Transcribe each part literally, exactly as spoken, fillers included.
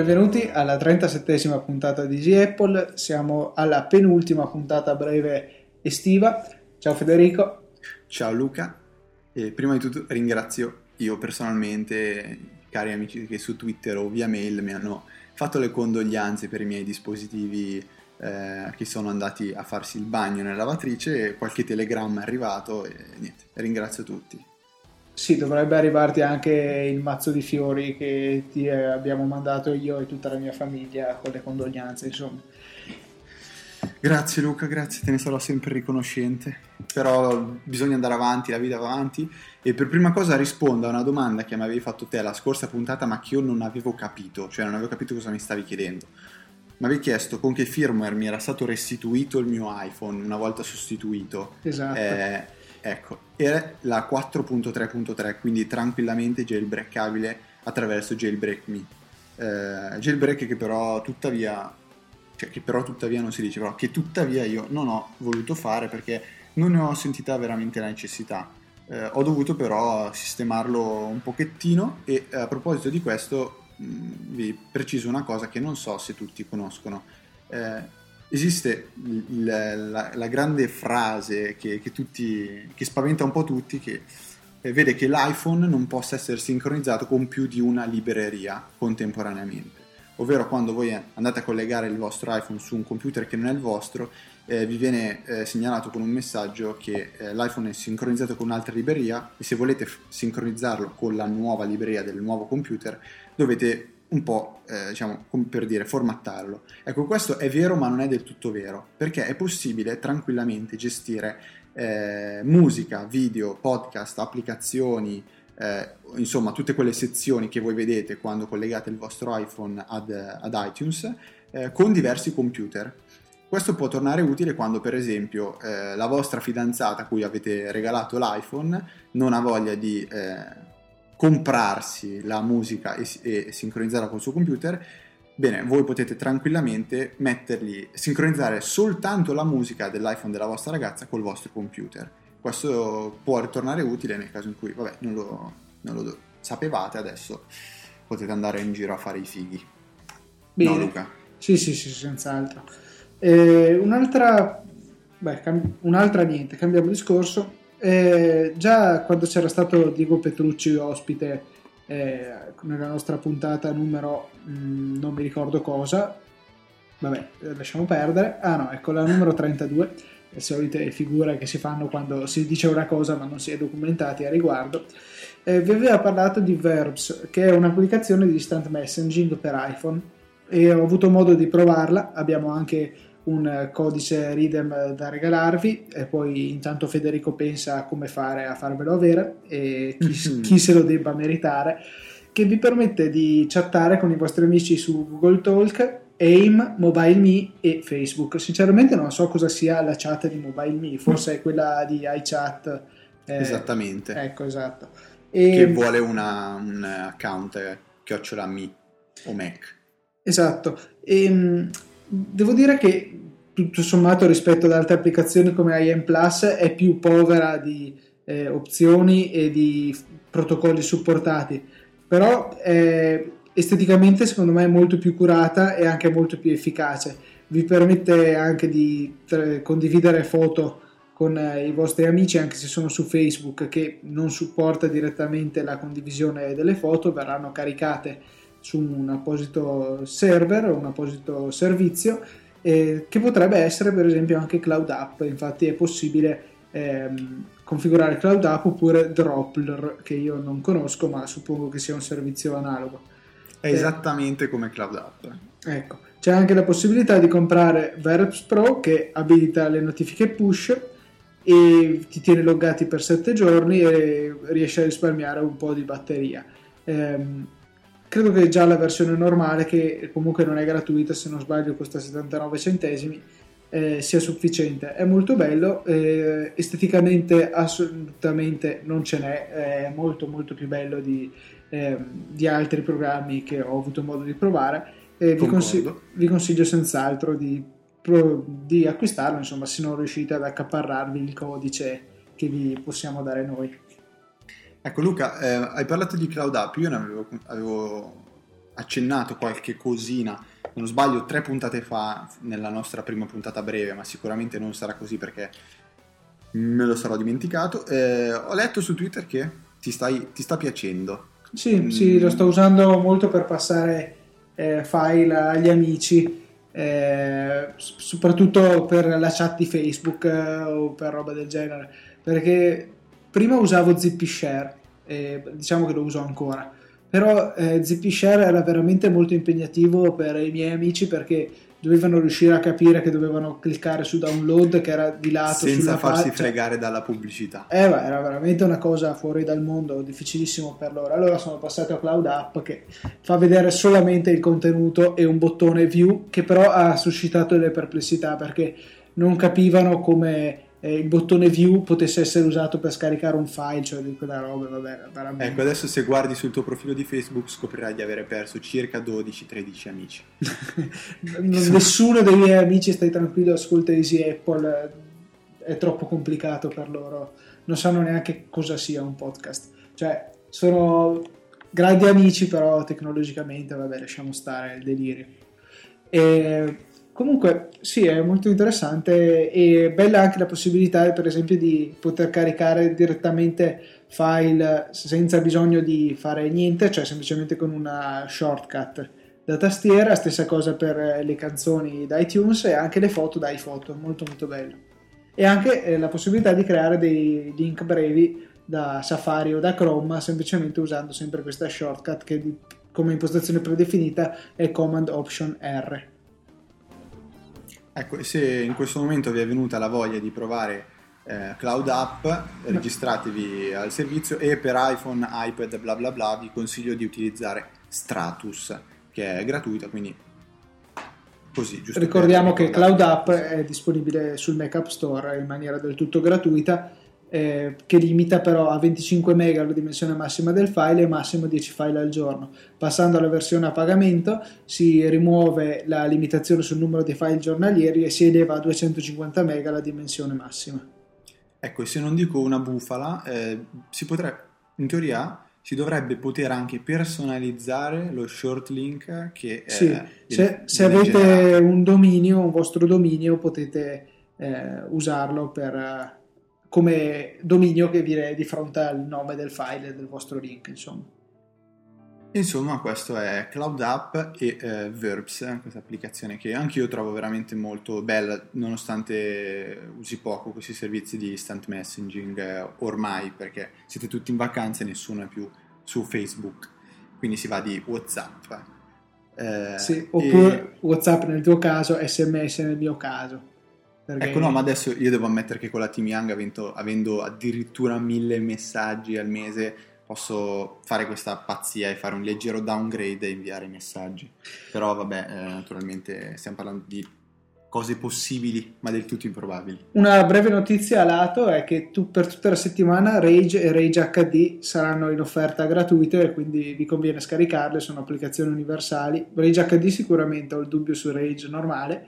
benvenuti alla trentasettesima puntata di Easy Apple. Siamo alla penultima puntata breve estiva. Ciao Federico. Ciao Luca. E prima di tutto ringrazio io personalmente cari amici che su Twitter o via mail mi hanno fatto le condoglianze per i miei dispositivi eh, che sono andati a farsi il bagno nella lavatrice. Qualche telegramma è arrivato e niente, ringrazio tutti. Sì, dovrebbe arrivarti anche il mazzo di fiori che ti abbiamo mandato io e tutta la mia famiglia con le condoglianze, insomma. Grazie Luca, grazie, te ne sarò sempre riconoscente. Però bisogna andare avanti, la vita va avanti. E per prima cosa rispondo a una domanda che mi avevi fatto te la scorsa puntata, ma che io non avevo capito, cioè non avevo capito cosa mi stavi chiedendo. Mi avevi chiesto con che firmware mi era stato restituito il mio iPhone una volta sostituito. Esatto. Eh, ecco, era la quattro punto tre punto tre, quindi tranquillamente jailbreakabile attraverso Jailbreak Me. Eh, jailbreak che però tuttavia, cioè che però tuttavia non si dice, però che tuttavia io non ho voluto fare perché non ne ho sentita veramente la necessità. Eh, ho dovuto però sistemarlo un pochettino e a proposito di questo mh, vi preciso una cosa che non so se tutti conoscono. Eh, esiste il, la, la grande frase che, che, tutti, che spaventa un po' tutti, che eh, vede che l'iPhone non possa essere sincronizzato con più di una libreria contemporaneamente. Ovvero quando voi andate a collegare il vostro iPhone su un computer che non è il vostro, eh, vi viene eh, segnalato con un messaggio che eh, l'iPhone è sincronizzato con un'altra libreria e se volete f- sincronizzarlo con la nuova libreria del nuovo computer dovete un po', eh, diciamo, come per dire, formattarlo. Ecco, questo è vero ma non è del tutto vero, perché è possibile tranquillamente gestire eh, musica, video, podcast, applicazioni, Eh, insomma tutte quelle sezioni che voi vedete quando collegate il vostro iPhone ad, ad iTunes eh, con diversi computer. Questo può tornare utile quando per esempio eh, la vostra fidanzata a cui avete regalato l'iPhone non ha voglia di eh, comprarsi la musica e, e sincronizzarla col suo computer. Bene, voi potete tranquillamente mettergli, sincronizzare soltanto la musica dell'iPhone della vostra ragazza col vostro computer. Questo può ritornare utile nel caso in cui, vabbè, non lo, non lo sapevate, adesso potete andare in giro a fare i fighi. Bene. No, Luca? Sì, sì, sì, senz'altro. Eh, un'altra, beh, cam- un'altra niente, cambiamo discorso. Eh, già quando c'era stato Diego Petrucci ospite eh, nella nostra puntata numero, mh, non mi ricordo cosa, vabbè, lasciamo perdere. Ah no, ecco, la numero trentadue. Le solite figure che si fanno quando si dice una cosa ma non si è documentati a riguardo. Eh, vi aveva parlato di Verbs, che è un'applicazione di instant messaging per iPhone e ho avuto modo di provarla. Abbiamo anche un codice Readem da regalarvi e poi intanto Federico pensa a come fare a farvelo avere e chi, chi se lo debba meritare, che vi permette di chattare con i vostri amici su Google Talk, A I M, MobileMe e Facebook. Sinceramente non so cosa sia la chat di MobileMe, forse è quella di iChat. Eh, Esattamente. Ecco, esatto. E... che vuole una, un account eh, chiocciola Me o Mac. Esatto. E, devo dire che tutto sommato rispetto ad altre applicazioni come I M Plus è più povera di eh, opzioni e di protocolli supportati, però eh, esteticamente secondo me è molto più curata e anche molto più efficace. Vi permette anche di tra- condividere foto con eh, i vostri amici anche se sono su Facebook, che non supporta direttamente la condivisione delle foto, verranno caricate su un apposito server o un apposito servizio eh, che potrebbe essere per esempio anche Cloud App. Infatti è possibile ehm, configurare Cloud App oppure Droplr, che io non conosco ma suppongo che sia un servizio analogo. È esattamente eh, come Cloud App. Ecco, c'è anche la possibilità di comprare Verbs Pro che abilita le notifiche push e ti tiene loggati per sette giorni e riesce a risparmiare un po' di batteria. Ehm, credo che già la versione normale, che comunque non è gratuita, se non sbaglio costa settantanove centesimi, eh, sia sufficiente. È molto bello, eh, esteticamente assolutamente non ce n'è, è molto molto più bello di, eh, di altri programmi che ho avuto modo di provare e vi, consig- vi consiglio senz'altro di, pro- di acquistarlo, insomma, se non riuscite ad accaparrarvi il codice che vi possiamo dare noi. Ecco Luca, eh, hai parlato di Cloud App, io ne avevo, avevo accennato qualche cosina, se non sbaglio tre puntate fa nella nostra prima puntata breve, ma sicuramente non sarà così perché me lo sarò dimenticato. Eh, ho letto su Twitter che ti, stai, ti sta piacendo. Sì, mm. sì, lo sto usando molto per passare eh, file agli amici, eh, s- soprattutto per la chat di Facebook eh, o per roba del genere, perché prima usavo Zippy Share, e diciamo che lo uso ancora, però eh, Zippy Share era veramente molto impegnativo per i miei amici perché dovevano riuscire a capire che dovevano cliccare su download, che era di lato Senza sulla farsi faccia. fregare dalla pubblicità. Eh, ma era veramente una cosa fuori dal mondo, difficilissimo per loro. Allora sono passato a Cloud App che fa vedere solamente il contenuto e un bottone view, che però ha suscitato delle perplessità perché non capivano come eh, il bottone view potesse essere usato per scaricare un file, cioè di quella roba, vabbè, veramente. Ecco, adesso se guardi sul tuo profilo di Facebook scoprirai di avere perso circa dodici tredici amici. Nessuno dei miei amici, stai tranquillo, ascolta Easy Apple, è troppo complicato per loro, non sanno neanche cosa sia un podcast, cioè sono grandi amici però tecnologicamente vabbè, lasciamo stare il delirio. E comunque sì, è molto interessante e bella anche la possibilità per esempio di poter caricare direttamente file senza bisogno di fare niente, cioè semplicemente con una shortcut da tastiera. Stessa cosa per le canzoni da iTunes e anche le foto da iPhoto, molto molto bello. E anche eh, la possibilità di creare dei link brevi da Safari o da Chrome semplicemente usando sempre questa shortcut che di, come impostazione predefinita è Command Option R. Ecco, se in questo momento vi è venuta la voglia di provare eh, Cloud App, registratevi al servizio e per iPhone, iPad, bla bla bla vi consiglio di utilizzare Stratus, che è gratuita, quindi così, giusto. Ricordiamo che Cloud App è disponibile sul Mac App Store in maniera del tutto gratuita, eh, che limita però a venticinque mega la dimensione massima del file e massimo dieci file al giorno. Passando alla versione a pagamento si rimuove la limitazione sul numero di file giornalieri e si eleva a duecentocinquanta mega la dimensione massima. Ecco, se non dico una bufala, eh, si potrebbe, in teoria si dovrebbe poter anche personalizzare lo short link che sì, eh, se, se avete generato un dominio, un vostro dominio, potete eh, usarlo per, eh, come dominio che viene di fronte al nome del file del vostro link, insomma. Insomma, questo è Cloud App e eh, Verbs, questa applicazione che anche io trovo veramente molto bella, nonostante usi poco questi servizi di instant messaging eh, ormai, perché siete tutti in vacanza e nessuno è più su Facebook, quindi si va di WhatsApp. Eh, sì, oppure e... WhatsApp nel tuo caso, S M S nel mio caso. Perché... Ecco, no, ma adesso io devo ammettere che con la Team Young, avendo, avendo addirittura mille messaggi al mese, posso fare questa pazzia e fare un leggero downgrade e inviare i messaggi. Però vabbè, eh, naturalmente stiamo parlando di cose possibili ma del tutto improbabili. Una breve notizia a lato è che tu, per tutta la settimana Rage e Rage acca di saranno in offerta gratuite e quindi vi conviene scaricarle, sono applicazioni universali. Rage acca di sicuramente, ho il dubbio su Rage normale,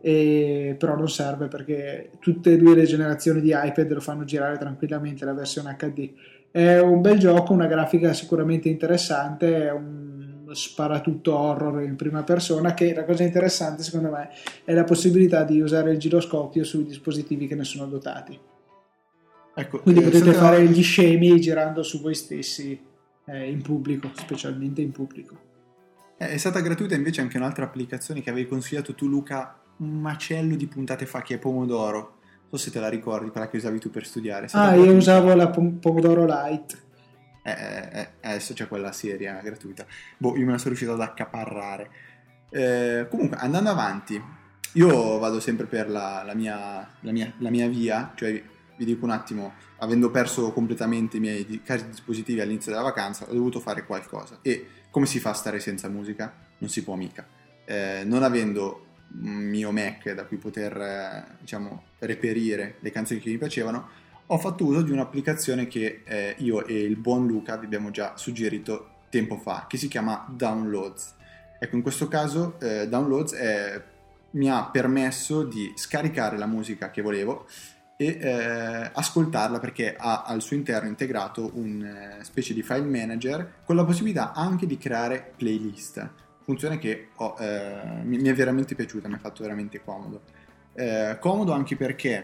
e però non serve perché tutte e due le generazioni di iPad lo fanno girare tranquillamente la versione acca di. È un bel gioco, una grafica sicuramente interessante, è un sparatutto horror in prima persona, che la cosa interessante secondo me è la possibilità di usare il giroscopio sui dispositivi che ne sono dotati. Ecco, quindi eh, potete stata... fare gli scemi girando su voi stessi eh, in pubblico, specialmente in pubblico. È stata gratuita invece anche un'altra applicazione che avevi consigliato tu, Luca, un macello di puntate fa, che è Pomodoro. Non so se te la ricordi, quella che usavi tu per studiare. Ah, io usavo la Pom- Pomodoro Lite. Eh, eh, adesso c'è quella seria gratuita. Boh, io me la sono riuscito ad accaparrare. Eh, comunque, andando avanti, io vado sempre per la, la, mia, la, mia, la mia via, cioè vi dico un attimo, avendo perso completamente i miei cari dispositivi all'inizio della vacanza, ho dovuto fare qualcosa. E come si fa a stare senza musica? Non si può mica. Eh, non avendo un mio Mac da cui poter eh, diciamo reperire le canzoni che mi piacevano, ho fatto uso di un'applicazione che eh, io e il buon Luca vi abbiamo già suggerito tempo fa, che si chiama Downloads. Ecco, in questo caso eh, Downloads è, mi ha permesso di scaricare la musica che volevo e eh, ascoltarla, perché ha al suo interno integrato una eh, specie di file manager con la possibilità anche di creare playlist, funzione che ho, eh, mi, mi è veramente piaciuta, mi ha fatto veramente comodo. Eh, comodo anche perché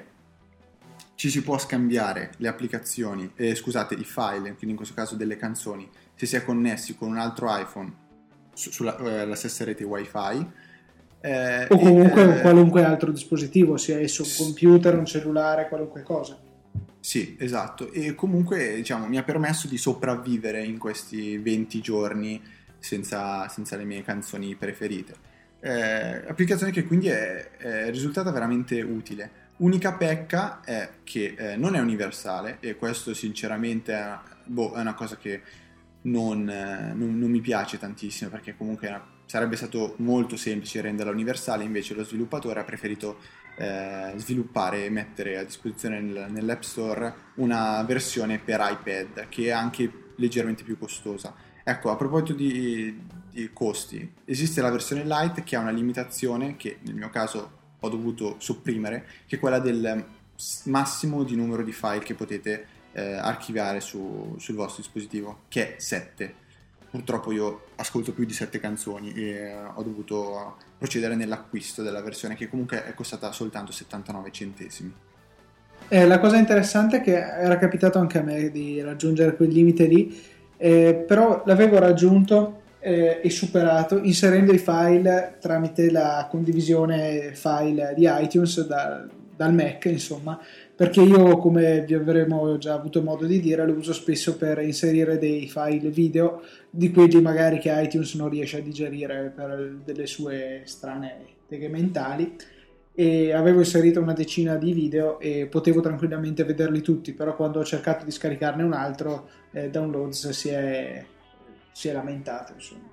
ci si può scambiare le applicazioni, eh, scusate, i file, quindi in questo caso delle canzoni, se si è connessi con un altro iPhone su, sulla eh, la stessa rete wifi. Eh, o comunque e, eh, qualunque altro dispositivo, sia esso un computer, un cellulare, qualunque cosa. Sì, esatto, e comunque diciamo mi ha permesso di sopravvivere in questi venti giorni senza, senza le mie canzoni preferite. Eh, applicazione che quindi è, è risultata veramente utile. Unica pecca è che eh, non è universale, e questo sinceramente è, boh, è una cosa che non, eh, non, non mi piace tantissimo, perché comunque è una, sarebbe stato molto semplice renderla universale. Invece lo sviluppatore ha preferito eh, sviluppare e mettere a disposizione nel, nell'App Store una versione per iPad che è anche leggermente più costosa. Ecco, a proposito di, di costi, esiste la versione Lite che ha una limitazione che nel mio caso ho dovuto sopprimere, che è quella del massimo di numero di file che potete eh, archiviare su, sul vostro dispositivo, che è sette. Purtroppo io ascolto più di sette canzoni e ho dovuto procedere nell'acquisto della versione, che comunque è costata soltanto settantanove centesimi. Eh, la cosa interessante è che era capitato anche a me di raggiungere quel limite lì, eh, però l'avevo raggiunto eh, e superato inserendo i file tramite la condivisione file di iTunes da, dal Mac, insomma, perché io, come vi avremo già avuto modo di dire, lo uso spesso per inserire dei file video di quelli magari che iTunes non riesce a digerire per delle sue strane teghe mentali, e avevo inserito una decina di video e potevo tranquillamente vederli tutti, però quando ho cercato di scaricarne un altro, eh, Downloads si è, si è lamentato, insomma.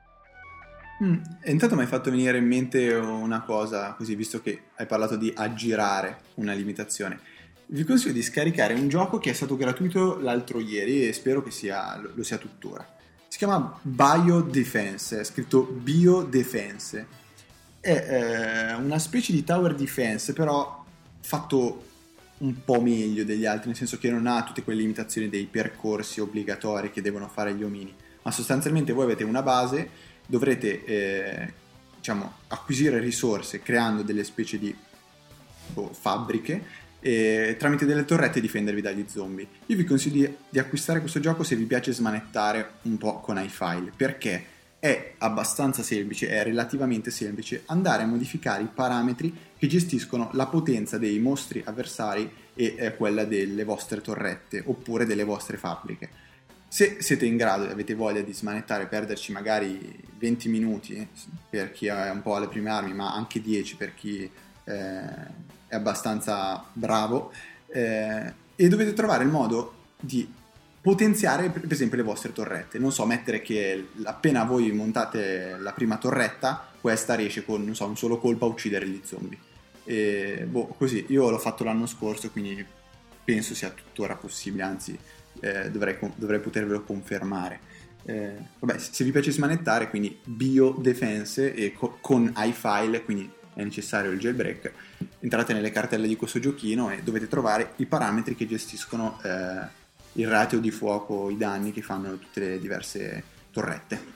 Mm. E intanto mi hai fatto venire in mente una cosa, così, visto che hai parlato di aggirare una limitazione. Vi consiglio di scaricare un gioco che è stato gratuito l'altro ieri e spero che sia, lo sia tuttora. Si chiama Biodefense, è scritto Biodefense. È eh, una specie di tower defense, però fatto un po' meglio degli altri, nel senso che non ha tutte quelle limitazioni dei percorsi obbligatori che devono fare gli omini, ma sostanzialmente voi avete una base, dovrete eh, diciamo acquisire risorse creando delle specie di boh, fabbriche, e tramite delle torrette difendervi dagli zombie. Io vi consiglio di, di acquistare questo gioco se vi piace smanettare un po' con iFile, perché è abbastanza semplice, è relativamente semplice andare a modificare i parametri che gestiscono la potenza dei mostri avversari e eh, quella delle vostre torrette oppure delle vostre fabbriche. Se siete in grado e avete voglia di smanettare, perderci magari venti minuti per chi è un po' alle prime armi, ma anche dieci per chi eh, è abbastanza bravo, eh, e dovete trovare il modo di potenziare per esempio le vostre torrette. Non so, mettere che appena voi montate la prima torretta, questa riesce con, non so, un solo colpo a uccidere gli zombie. E, boh, così, io l'ho fatto l'anno scorso, quindi penso sia tuttora possibile, anzi eh, dovrei, dovrei potervelo confermare. Eh, vabbè, se vi piace smanettare, quindi Biodefense e co- con iFile, quindi è necessario il jailbreak, entrate nelle cartelle di questo giochino e dovete trovare i parametri che gestiscono eh, il ratio di fuoco, i danni che fanno tutte le diverse torrette.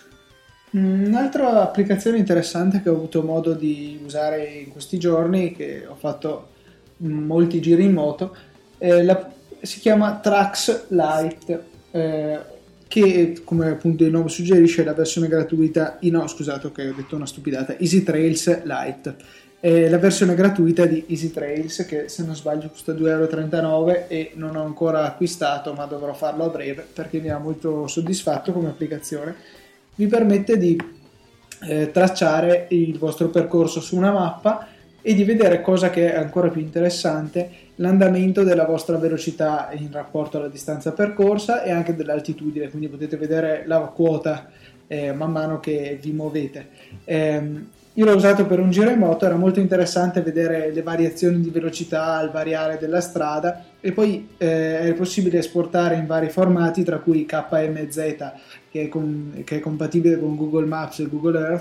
Un'altra applicazione interessante che ho avuto modo di usare in questi giorni, che ho fatto molti giri in moto, eh, la, si chiama Trax Lite, eh, che come appunto il nome suggerisce è la versione gratuita, no scusate, ok, ho detto una stupidata, Easy Trails Lite. È la versione gratuita di Easy Trails, che se non sbaglio costa due virgola trentanove euro e non ho ancora acquistato, ma dovrò farlo a breve perché mi ha molto soddisfatto come applicazione. Vi permette di eh, tracciare il vostro percorso su una mappa e di vedere, cosa che è ancora più interessante, l'andamento della vostra velocità in rapporto alla distanza percorsa e anche dell'altitudine, quindi potete vedere la quota eh, man mano che vi muovete. Ehm, Io l'ho usato per un giro in moto, era molto interessante vedere le variazioni di velocità al variare della strada, e poi eh, è possibile esportare in vari formati, tra cui K M Z che è, con, che è compatibile con Google Maps e Google Earth,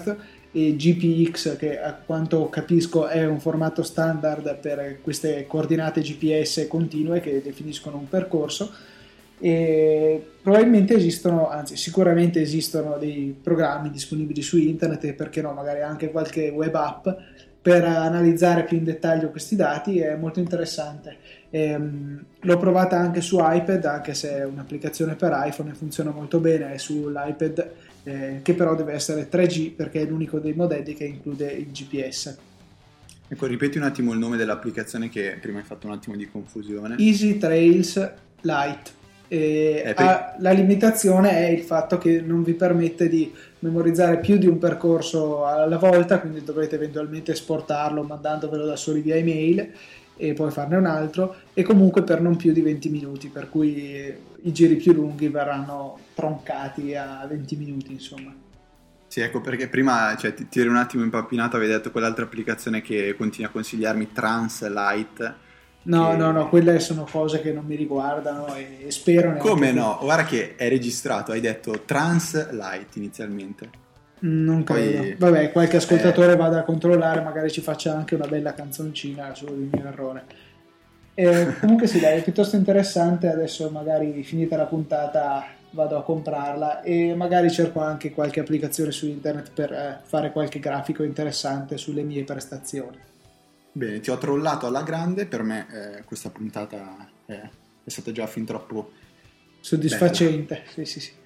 e G P X, che a quanto capisco è un formato standard per queste coordinate G P S continue che definiscono un percorso. E probabilmente esistono, anzi sicuramente esistono dei programmi disponibili su internet e perché no, magari anche qualche web app per analizzare più in dettaglio questi dati. È molto interessante. Ehm, l'ho provata anche su iPad, anche se è un'applicazione per iPhone e funziona molto bene sull'iPad, eh, che però deve essere tre G perché è l'unico dei modelli che include il G P S. Ecco, ripeti un attimo il nome dell'applicazione che prima hai fatto un attimo di confusione. Easy Trails Lite. E Eh, per- ha- la limitazione è il fatto che non vi permette di memorizzare più di un percorso alla volta, quindi dovrete eventualmente esportarlo mandandovelo da soli via email e poi farne un altro, e comunque per non più di venti minuti, per cui i giri più lunghi verranno troncati a venti minuti, insomma. Sì, ecco perché prima, cioè, ti, ti eri un attimo impappinato, avevi detto quell'altra applicazione che continui a consigliarmi, Trans Lite. No, che- no, no, quelle sono cose che non mi riguardano e, e spero neanche Come che- no? Guarda che è registrato, hai detto Trans Lite inizialmente. Non credo. Poi- Vabbè, qualche eh. ascoltatore vada a controllare, magari ci faccia anche una bella canzoncina sul mio errore. E comunque sì, dai, è piuttosto interessante. Adesso magari finita la puntata vado a comprarla e magari cerco anche qualche applicazione su internet per eh, fare qualche grafico interessante sulle mie prestazioni. Bene, ti ho trollato alla grande, per me eh, questa puntata è, è stata già fin troppo... Soddisfacente, sì, sì, sì.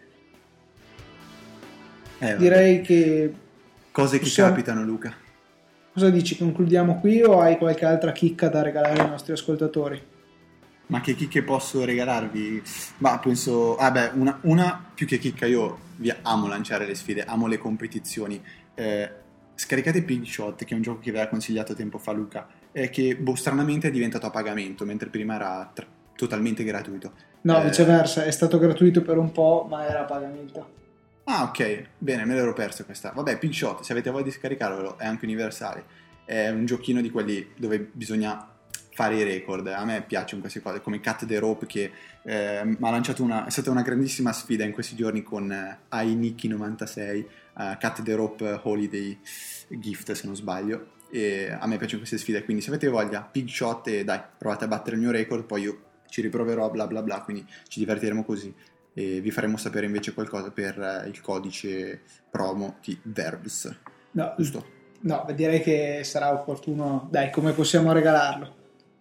Eh, vabbè. Direi che Cose che possiamo- capitano, Luca. cosa dici? Concludiamo qui o hai qualche altra chicca da regalare ai nostri ascoltatori? Ma che chicche posso regalarvi? Ma penso, ah beh, una, una più che chicca, io vi amo lanciare le sfide, amo le competizioni. Eh, scaricate Pig Shot, che è un gioco che vi aveva consigliato tempo fa Luca, eh, che boh, stranamente è diventato a pagamento, mentre prima era tra- totalmente gratuito. No, Eh, viceversa, è stato gratuito per un po', ma era a pagamento. Ah, ok, bene, me l'ero perso questa. Vabbè, Pig Shot, se avete voglia di scaricarvelo, è anche universale. È un giochino di quelli dove bisogna fare i record. A me piacciono queste cose, come Cut the Rope, che eh, mi ha lanciato una... è stata una grandissima sfida in questi giorni con eh, iNicky novantasei, uh, Cut the Rope Holiday Gift, se non sbaglio. E a me piacciono queste sfide, quindi se avete voglia, Pig Shot, e dai, provate a battere il mio record, poi io ci riproverò, bla bla bla, quindi ci divertiremo così. E vi faremo sapere invece qualcosa per eh, il codice promo di Verbs, No, giusto? no, direi che sarà opportuno. Dai, come possiamo regalarlo?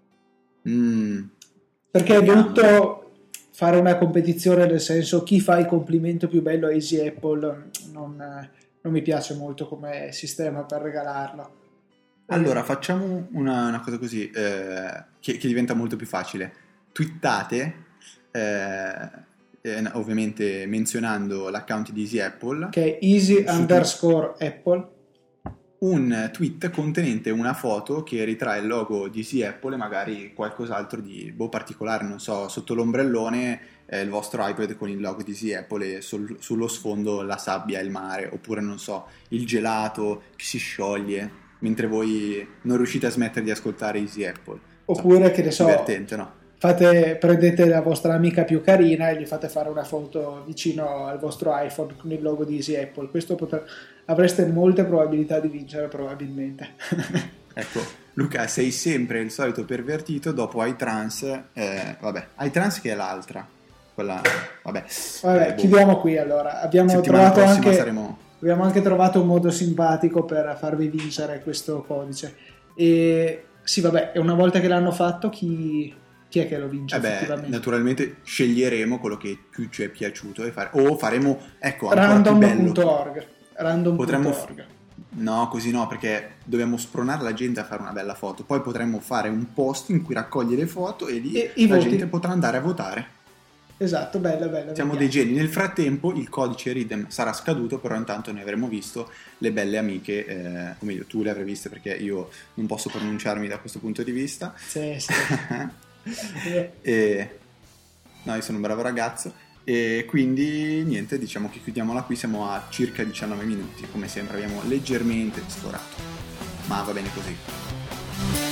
Mm, Perché è vediamo. brutto fare una competizione, nel senso chi fa il complimento più bello a Easy Apple, non, non mi piace molto come sistema per regalarlo. Allora facciamo una, una cosa così eh, che, che diventa molto più facile. Twittate, eh, eh, ovviamente menzionando l'account di Easy Apple, Che è easy Su- underscore Apple. un tweet contenente una foto che ritrae il logo di Easy Apple e magari qualcos'altro di boh, particolare, non so, sotto l'ombrellone eh, il vostro iPad con il logo di Easy Apple e sul- sullo sfondo la sabbia e il mare, oppure non so, il gelato che si scioglie mentre voi non riuscite a smettere di ascoltare Easy Apple. Oppure, che ne so, Divertente, no? fate, prendete la vostra amica più carina e gli fate fare una foto vicino al vostro iPhone con il logo di Easy Apple. Questo potre- avreste molte probabilità di vincere, probabilmente. Ecco, Luca, sei sempre il solito pervertito, dopo iTrans, eh, vabbè, iTrans che è l'altra, quella, vabbè. Vabbè, eh, boh. chiudiamo qui allora. Abbiamo Settimana trovato prossima anche, saremo... abbiamo anche trovato un modo simpatico per farvi vincere questo codice. E sì, vabbè, e una volta che l'hanno fatto, chi, chi è che lo vince Eh beh, effettivamente? naturalmente sceglieremo quello che più ci è piaciuto e fare... o faremo, ecco, ancora più random bello. punto org. random punto org. Potremmo... No, così no, perché dobbiamo spronare la gente a fare una bella foto. Poi potremmo fare un post in cui raccoglie le foto e lì E i la voti. gente potrà andare a votare. Esatto, bella, bella. Siamo vediamo. dei geni. Nel frattempo il codice Ridem sarà scaduto, però intanto ne avremo visto le belle amiche, eh, o meglio tu le avrai viste perché io non posso pronunciarmi da questo punto di vista. Sì, sì. Eh, E... No, io sono un bravo ragazzo e quindi niente, diciamo che chiudiamola qui, siamo a circa diciannove minuti, come sempre abbiamo leggermente sforato, ma va bene così.